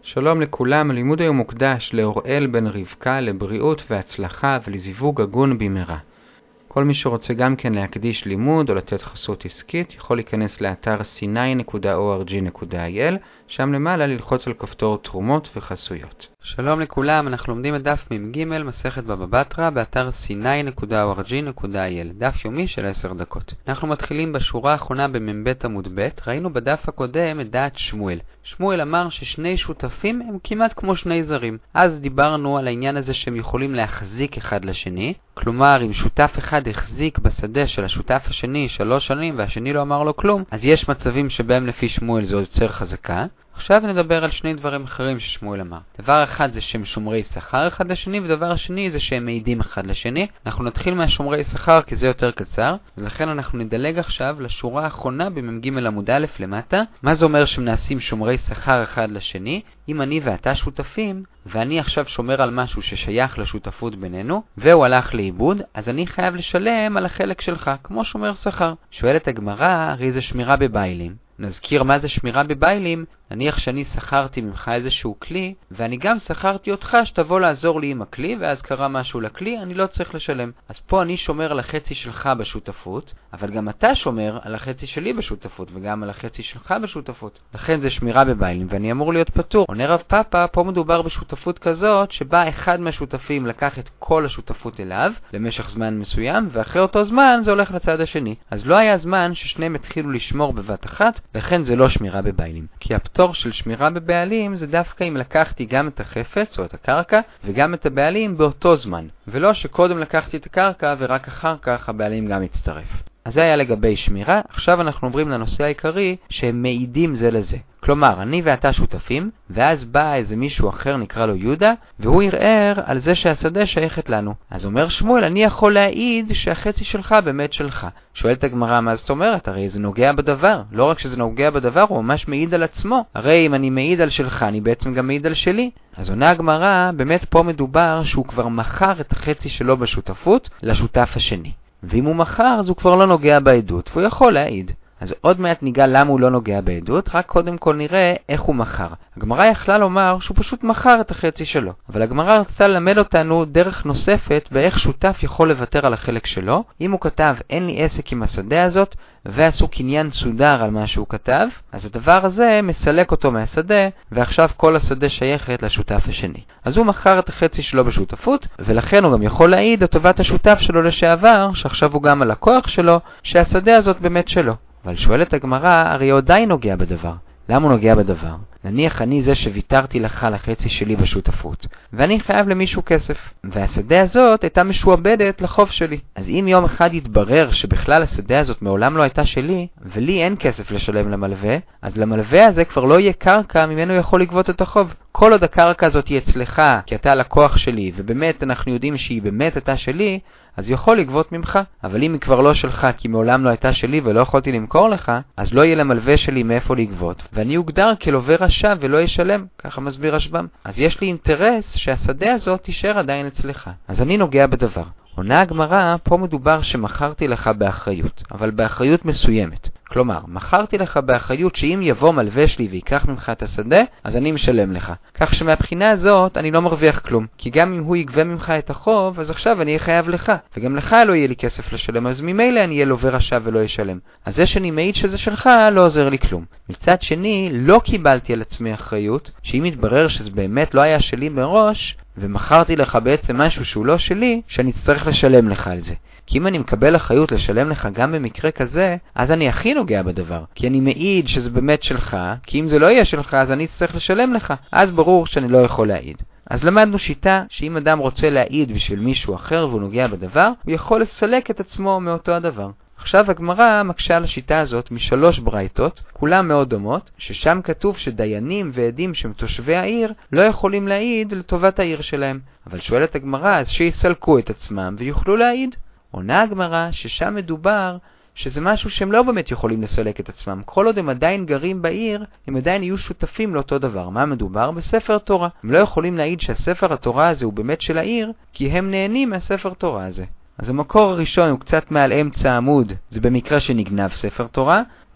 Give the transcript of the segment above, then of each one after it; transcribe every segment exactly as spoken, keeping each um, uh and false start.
שלום לכולם, הלימוד היום מוקדש לאוראל בן רבקה, לבריאות והצלחה ולזיווג הגון במהרה. כל מי שרוצה גם כן להקדיש לימוד או לתת חסות עסקית יכול להיכנס לאתר סיני נקודה או אר ג'י נקודה איי אל, שם למעלה ללחוץ על כפתור תרומות וחסויות. שלום לכולם, אנחנו לומדים את דף מ"ג מסכת בבא בתרא באתר סיני נקודה או אר ג'י נקודה איי אל, דף יומי של עשר דקות. אנחנו מתחילים בשורה האחרונה במ"ב עמוד ב'. ראינו בדף הקודם את דעת שמואל. שמואל אמר ששני שותפים הם כמעט כמו שני זרים. אז דיברנו על העניין הזה שהם יכולים להחזיק אחד לשני. כלומר, אם שותף אחד החזיק בשדה של השותף השני שלוש שנים והשני לא אמר לו כלום, אז יש מצבים שבהם לפי שמואל זה יוצר חזקה. עכשיו נדבר על שני דברים אחרים ששמואל אמר. דבר אחד זה שהם שומרי שכר אחד לשני, ודבר השני זה שהם מעידים אחד לשני. אנחנו נתחיל מהשומרי שכר כי זה יותר קצר, ולכן אנחנו נדלג עכשיו לשורה האחרונה במ"ג עמוד א' למטה. מה זה אומר שהם נעשים שומרי שכר אחד לשני? אם אני ואתה שותפים, ואני עכשיו שומר על משהו ששייך לשותפות בינינו, והוא הלך לאיבוד, אז אני חייב לשלם על החלק שלך, כמו שומר שכר. שואלת הגמרא, הרי זה שמירה בביילים. נזכיר מה זה שמירה בביילים. נניח שאני שכרתי ממך איזשהו כלי, ואני גם שכרתי אותך שתבוא לעזור לי עם הכלי, ואז קרה משהו לכלי, אני לא צריך לשלם. אז פה אני שומר על החצי שלך בשותפות, אבל גם אתה שומר על החצי שלי בשותפות, וגם על החצי שלך בשותפות. לכן זה שמירה בביילים, ואני אמור להיות פטור. עונה רב פאפא, פה מדובר בשותפות כזאת, שבה אחד מהשותפים לקח את כל השותפות אליו, למשך זמן מסוים, ואחרי אותו זמן זה הולך לצד השני. אז לא היה זמן ששניהם התחילו לשמור בבת אחת, לכן זה לא שמירה בביילים. כי הפטור של שמירה בבעלים זה דווקא אם לקחתי גם את החפץ או את הקרקע וגם את הבעלים באותו זמן, ולא שקודם לקחתי את הקרקע ורק אחר כך הבעלים גם יצטרף. אז זה היה לגבי שמירה. עכשיו אנחנו עוברים לנושא העיקרי שהם מעידים זה לזה. כלומר, אני ואתה שותפים, ואז בא איזה מישהו אחר נקרא לו יהודה, והוא ירער על זה שהשדה שייכת לנו. אז אומר שמואל, אני יכול להעיד שהחצי שלך באמת שלך. שואלת הגמרא, מה זאת אומרת? הרי זה נוגע בדבר. לא רק שזה נוגע בדבר, הוא ממש מעיד על עצמו. הרי אם אני מעיד על שלך, אני בעצם גם מעיד על שלי. אז עונה הגמרא, באמת פה מדובר שהוא כבר מכר את החצי שלו בשותפות לשותף השני. ואם הוא מכר, אז הוא כבר לא נוגע בעדות, והוא יכול להעיד. אז עוד מעט ניגע למה הוא לא נוגע בעדות, רק קודם כל נראה איך הוא מכר. הגמרא יכלה לומר שהוא פשוט מכר את החצי שלו, אבל הגמרא רצתה ללמד אותנו דרך נוספת באיך שותף יכול לוותר על החלק שלו. אם הוא כתב אין לי עסק עם השדה הזאת, ועשו קניין סודר על מה שהוא כתב, אז הדבר הזה מסלק אותו מהשדה, ועכשיו כל השדה שייכת לשותף השני. אז הוא מכר את החצי שלו בשותפות, ולכן הוא גם יכול להעיד לטובת השותף שלו לשעבר, שעכשיו הוא גם הלקוח שלו, שהשדה הזאת באמת שלו. אבל שואלת הגמרא, הרי הוא עדיין נוגע בדבר. למה הוא נוגע בדבר? נניח אני זה שוויתרתי לך לחצי שלי בשותפות, ואני חייב למישהו כסף, והשדה הזאת הייתה משועבדת לחוב שלי. אז אם יום אחד יתברר שבכלל השדה הזאת מעולם לא הייתה שלי, ולי אין כסף לשלם למלווה, אז למלווה הזה כבר לא יהיה קרקע ממנו יכול לגבות את החוב. כל עוד הקרקע הזאת היא אצלך, כי אתה לקוח שלי, ובאמת אנחנו יודעים שהיא באמת הייתה שלי, אז יכול לגבות ממך. אבל אם היא כבר לא שלך, כי מעולם לא הייתה שלי ולא יכולתי למכור לך, אז לא יהיה למלווה שלי מאיפה לגבות, ואני אוגדר כלווה רשע ולא ישלם, ככה מסביר רשב"ם. אז יש לי אינטרס שהשדה הזאת תישאר עדיין אצלך. אז אני נוגע בדבר. עונה הגמרא, פה מדובר שמכרתי לך באחריות, אבל באחריות מסוימת. כלומר, מכרתי לך באחריות שאם יבוא מלווה שלי ויקח ממך את השדה, אז אני משלם לך. כך שמהבחינה הזאת אני לא מרוויח כלום. כי גם אם הוא יגבה ממך את החוב, אז עכשיו אני אהיה חייב לך. וגם לך לא יהיה לי כסף לשלם, אז ממילא אני אהיה לווה רשע ולא ישלם. אז זה שאני מעיד שזה שלך לא עוזר לי כלום. מצד שני, לא קיבלתי על עצמי אחריות, שאם יתברר שזה באמת לא היה שלי מראש, ומכרתי לך בעצם משהו שהוא לא שלי, שאני אצטרך לשלם לך על זה. כי אם אני מקבל אחריות לשלם לך גם במקרה כזה, אז אני הכי נוגע בדבר. כי אני מעיד שזה באמת שלך, כי אם זה לא יהיה שלך, אז אני אצטרך לשלם לך. אז ברור שאני לא יכול להעיד. אז למדנו שיטה שאם אדם רוצה להעיד בשביל מישהו אחר והוא נוגע בדבר, הוא יכול לסלק את עצמו מאותו הדבר. עכשיו הגמרא מקשה על השיטה הזאת משלוש ברייתות, כולם מאוד דומות, ששם כתוב שדיינים ועדים שהם תושבי העיר לא יכולים להעיד לטובת העיר שלהם. אבל שואלת הגמרא, אז שיסלקו את עצמם ויוכלו להעיד. עונה הגמרא ששם מדובר שזה משהו שהם לא באמת יכולים לסלק את עצמם. כל עוד הם עדיין גרים בעיר, הם עדיין יהיו שותפים לאותו דבר. מה מדובר? בספר תורה. הם לא יכולים להעיד שהספר התורה הזה הוא באמת של העיר, כי הם נהנים מהספר תורה הזה. אז המקור הראשון הוא קצת מעל אמצע העמוד, זה במקרה שנגנב ספר תורה.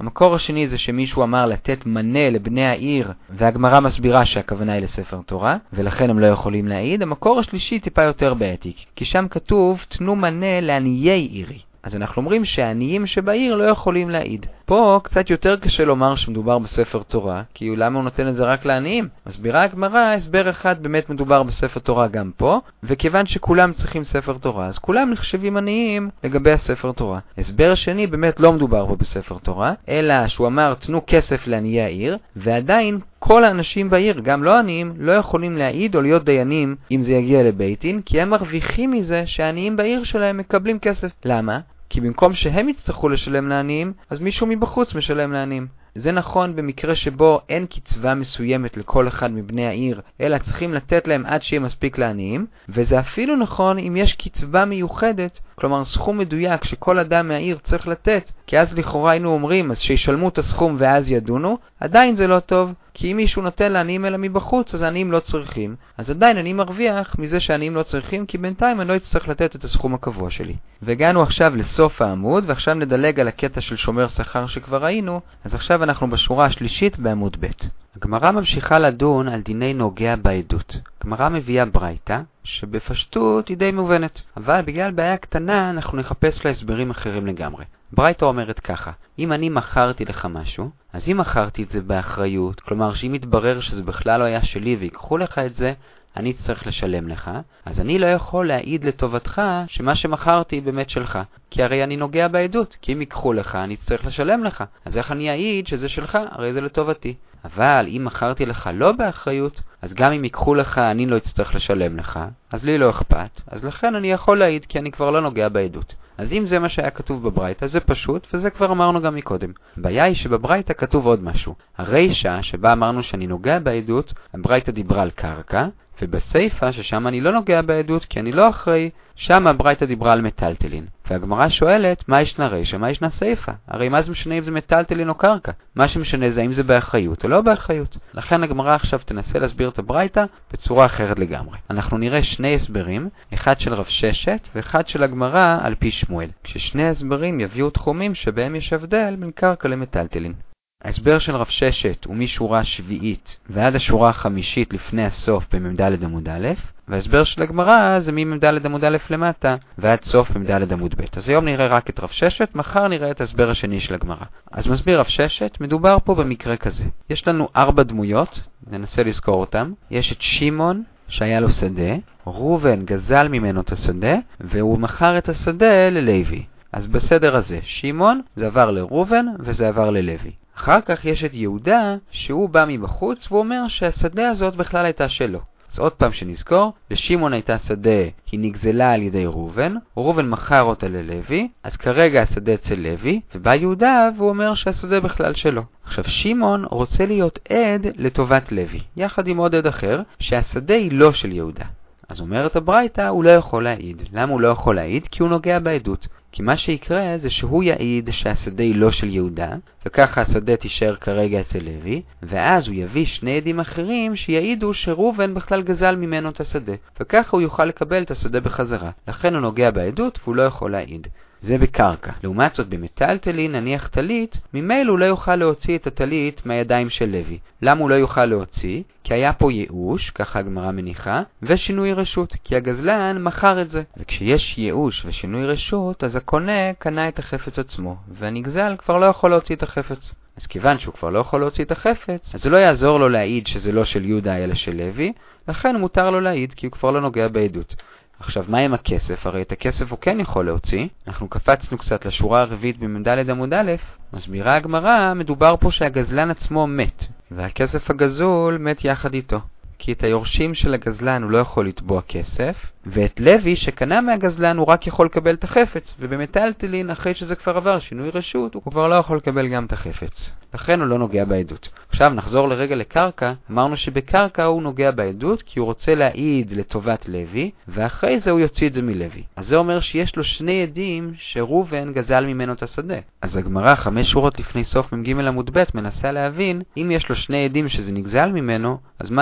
המקור השני זה שמישהו אמר לתת מנה לבני העיר, והגמרא מסבירה שהכוונה היא לספר תורה, ולכן הם לא יכולים להעיד. המקור השלישי טיפה יותר בעייתי, כי שם כתוב תנו מנה לעניי עירי. אז אנחנו אומרים שהעניים שבעיר לא יכולים להעיד. פה קצת יותר קשה לומר שמדובר בספר תורה, כי למה הוא נותן את זה רק לעניים? מסבירה הגמרא, הסבר אחד באמת מדובר בספר תורה גם פה, וכיוון שכולם צריכים ספר תורה, אז כולם נחשבים עניים לגבי הספר תורה. הסבר השני באמת לא מדובר פה בספר תורה, אלא שהוא אמר תנו כסף לעניי העיר, ועדיין כל האנשים בעיר, גם לא עניים, לא יכולים להעיד או להיות דיינים אם זה יגיע לבית דין, כי הם מרוויחים מזה שהעניים בעיר שלהם מקבלים כסף. למה? כי במקום שהם יצטרכו לשלם לעניים, אז מישהו מבחוץ משלם לעניים. זה נכון במקרה שבו אין קצבה מסוימת לכל אחד מבני העיר, אלא צריכים לתת להם עד שיהיה מספיק לעניים, וזה אפילו נכון אם יש קצבה מיוחדת, כלומר סכום מדויק שכל אדם מהעיר צריך לתת, כי אז לכאורה היינו אומרים, אז שישלמו את הסכום ואז ידונו, עדיין זה לא טוב, כי אם מישהו נותן לעניים אלא מבחוץ, אז העניים לא צריכים, אז עדיין אני מרוויח מזה שהעניים לא צריכים, כי בינתיים אני לא אצטרך לתת את הסכום הקבוע שלי. והגענו עכשיו לסוף העמוד, ועכשיו נדלג על הקטע של שומר שכר שכבר ראינו, אז עכשיו אנחנו בשורה השלישית בעמוד ב'. הגמרא ממשיכה לדון על דיני נוגע בעדות. הגמרא מביאה ברייתא, שבפשטות היא די מובנת, אבל בגלל בעיה קטנה אנחנו נחפש לה הסברים אחרים לגמרי. ברייתא אומרת ככה, אם אני מכרתי לך משהו, אז אם מכרתי את זה באחריות, כלומר שאם יתברר שזה בכלל לא היה שלי ויקחו לך את זה, אני צריך לשלם לך, אז אני לא יכול להעיד לטובתך שמה שמכרתי באמת שלך. כי הרי אני נוגע בעדות, כי אם ייקחו לך, אני צריך לשלם לך. אז איך אני אעיד שזה שלך? הרי זה לטובתי. אבל אם מכרתי לך לא באחריות, אז גם אם ייקחו לך, אני לא אצטרך לשלם לך, אז לי לא אכפת. אז לכן אני יכול להעיד, כי אני כבר לא נוגע בעדות. אז אם זה מה שהיה כתוב בברייתא, זה פשוט, וזה כבר אמרנו גם מקודם. הבעיה היא שבברייתא כתוב עוד משהו. הרישא, שבה אמרנו שאני נוגע בעדות, הברייתא דיברה על קרקע, ובסייפה, ששם אני לא נוגע בעדות כי אני לא אחראי, שם הברייתא דיברה על מטלטלין. והגמרא שואלת, מה ישנה רישא, מה ישנה סייפה? הרי מה זה משנה אם זה מטלטלין או קרקע? מה שמשנה זה אם זה באחריות או לא באחריות. לכן הגמרא עכשיו תנסה להסביר את הברייתא בצורה אחרת לגמרי. אנחנו נראה שני הסברים, אחד של רב ששת ואחד של הגמרא על פי שמואל. כששני הסברים יביאו תחומים שבהם יש הבדל בין קרקע למטלטלין. ההסבר של רב ששת הוא משורה השביעית ועד השורה החמישית לפני הסוף בממדלת עמוד א', וההסבר של הגמרא זה מממדלת עמוד א' למטה ועד סוף ממדלת עמוד ב'. אז היום נראה רק את רב ששת, מחר נראה את ההסבר השני של הגמרא. אז מסביר רב ששת, מדובר פה במקרה כזה. יש לנו ארבע דמויות, ננסה לזכור אותם. יש את שמעון שהיה לו שדה, ראובן גזל ממנו את השדה, והוא מכר את השדה ללוי. אז בסדר הזה, שמעון זה עבר לראובן וזה עבר ללוי. אחר כך יש את יהודה שהוא בא מבחוץ והוא אומר שהשדה הזאת בכלל הייתה שלו. אז עוד פעם שנזכור, לשמעון הייתה שדה, היא נגזלה על ידי ראובן, ראובן מכר אותה ללוי, אז כרגע השדה אצל לוי, ובא יהודה והוא אומר שהשדה בכלל שלו. עכשיו שמעון רוצה להיות עד לטובת לוי, יחד עם עוד עד אחר, שהשדה היא לא של יהודה. אז אומרת הברייתא, הוא לא יכול להעיד. למה הוא לא יכול להעיד? כי הוא נוגע בעדות. כי מה שיקרה זה שהוא יעיד שהשדה היא לא של יהודה, וככה השדה תישאר כרגע אצל לוי, ואז הוא יביא שני עדים אחרים שיעידו שראובן בכלל גזל ממנו את השדה, וככה הוא יוכל לקבל את השדה בחזרה. לכן הוא נוגע בעדות והוא לא יכול להעיד. זה בקרקע. לעומת זאת במטלטלין, נניח טלית, ממילא הוא לא יוכל להוציא את הטלית מהידיים של לוי. למה הוא לא יוכל להוציא? כי היה פה ייאוש, ככה הגמרא מניחה, ושינוי רשות, כי הגזלן מכר את זה. וכשיש ייאוש ושינוי רשות, אז הקונה קנה את החפץ עצמו, והנגזל כבר לא יכול להוציא את החפץ. אז כיוון שהוא כבר לא יכול להוציא את החפץ, אז זה לא יעזור לו להעיד שזה לא של יהודה אלא של לוי, לכן מותר לו להעיד כי הוא כבר לא נוגע בעדות. עכשיו, מה עם הכסף? הרי את הכסף הוא כן יכול להוציא. אנחנו קפצנו קצת לשורה הרביעית בממדלת עמוד א', מסבירה הגמרא, מדובר פה שהגזלן עצמו מת, והכסף הגזול מת יחד איתו. כי את היורשים של הגזלן הוא לא יכול לתבוע כסף, ואת לוי שקנה מהגזלן הוא רק יכול לקבל את החפץ, ובמטלטלין אחרי שזה כבר עבר שינוי רשות הוא כבר לא יכול לקבל גם את החפץ. לכן הוא לא נוגע בעדות. עכשיו נחזור לרגע לקרקע, אמרנו שבקרקע הוא נוגע בעדות כי הוא רוצה להעיד לטובת לוי, ואחרי זה הוא יוציא את זה מלוי. אז זה אומר שיש לו שני עדים שראובן גזל ממנו את השדה. אז הגמרא חמש שורות לפני סוף מ"ג עמוד ב' מנסה להבין, אם יש לו שני עדים שזה נגזל ממנו, אז מה זה משנה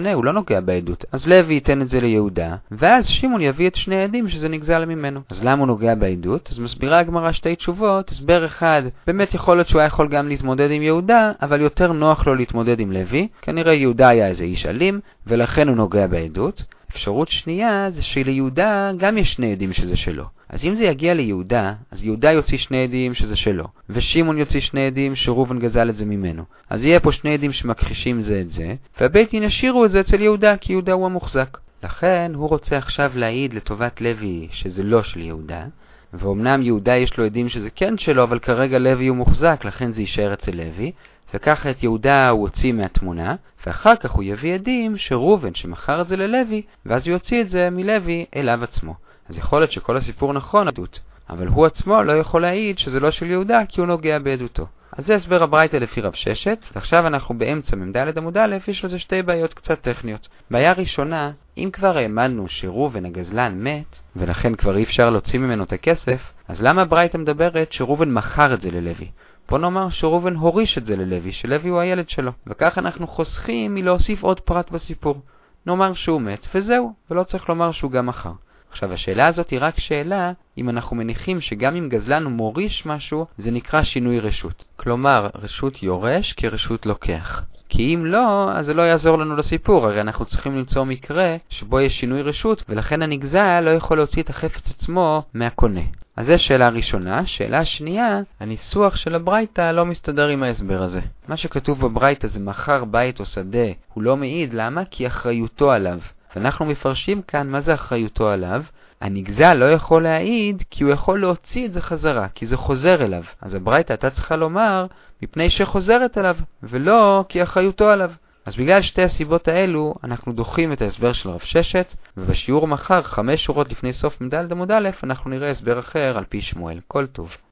משנה, הוא לא נוגע בעדות. אז לוי ייתן את זה ליהודה, ואז שמעון יביא את שני העדים שזה נגזל ממנו. אז למה הוא נוגע בעדות? אז מסבירה הגמרא שתי תשובות. הסבר אחד, באמת יכול להיות שהוא היה יכול גם להתמודד עם יהודה, אבל יותר נוח לו להתמודד עם לוי. כנראה יהודה היה איזה איש אלים, ולכן הוא נוגע בעדות. אפשרות שנייה זה שליהודה גם יש שני עדים שזה שלו. אז אם זה יגיע ליהודה, אז יהודה יוציא שני עדים שזה שלו, ושמעון יוציא שני עדים שראובן גזל את זה ממנו. אז יהיה פה שני עדים שמכחישים זה את זה, והבית דין ישאירו את זה אצל יהודה, כי יהודה הוא המוחזק. לכן הוא רוצה עכשיו להעיד לטובת לוי שזה לא של יהודה, ואומנם יהודה יש לו עדים שזה כן שלו, אבל כרגע לוי הוא מוחזק, לכן זה יישאר אצל לוי. וככה את יהודה הוא הוציא מהתמונה, ואחר כך הוא יביא עדים שראובן שמכר את זה ללוי, ואז הוא יוציא את זה מלוי אליו עצמו. אז יכול להיות שכל הסיפור נכון עדות, אבל הוא עצמו לא יכול להעיד שזה לא של יהודה כי הוא נוגע בעדותו. אז זה הסבר הברייתא לפי רב ששת, ועכשיו אנחנו באמצע ממד עמוד א', יש לזה שתי בעיות קצת טכניות. בעיה ראשונה, אם כבר העמדנו שראובן הגזלן מת, ולכן כבר אי אפשר להוציא ממנו את הכסף, אז למה הברייתא מדברת שראובן מכר את זה ללוי? בוא נאמר שראובן הוריש את זה ללוי, שלוי הוא הילד שלו, וכך אנחנו חוסכים מלהוסיף עוד פרט בסיפור. נאמר שהוא מת וזהו, ולא צריך לומר שהוא גם מכר. עכשיו השאלה הזאת היא רק שאלה אם אנחנו מניחים שגם אם גזלן הוא מוריש משהו, זה נקרא שינוי רשות. כלומר, רשות יורש כרשות לוקח. כי אם לא, אז זה לא יעזור לנו לסיפור, הרי אנחנו צריכים למצוא מקרה שבו יש שינוי רשות, ולכן הנגזל לא יכול להוציא את החפץ עצמו מהקונה. אז זו שאלה ראשונה. שאלה שנייה, הניסוח של הברייתא לא מסתדר עם ההסבר הזה. מה שכתוב בברייתא זה מכר בית או שדה, הוא לא מעיד. למה? כי אחריותו עליו. ואנחנו מפרשים כאן מה זה אחריותו עליו. הנגזל לא יכול להעיד כי הוא יכול להוציא את זה חזרה, כי זה חוזר אליו. אז הברייתא אתה צריכה לומר מפני שחוזרת אליו, ולא כי אחריותו עליו. אז בגלל שתי הסיבות האלו, אנחנו דוחים את ההסבר של רב ששת, ובשיעור מחר, חמש שורות לפני סוף ממד עמוד א', אנחנו נראה הסבר אחר על פי שמואל. כל טוב.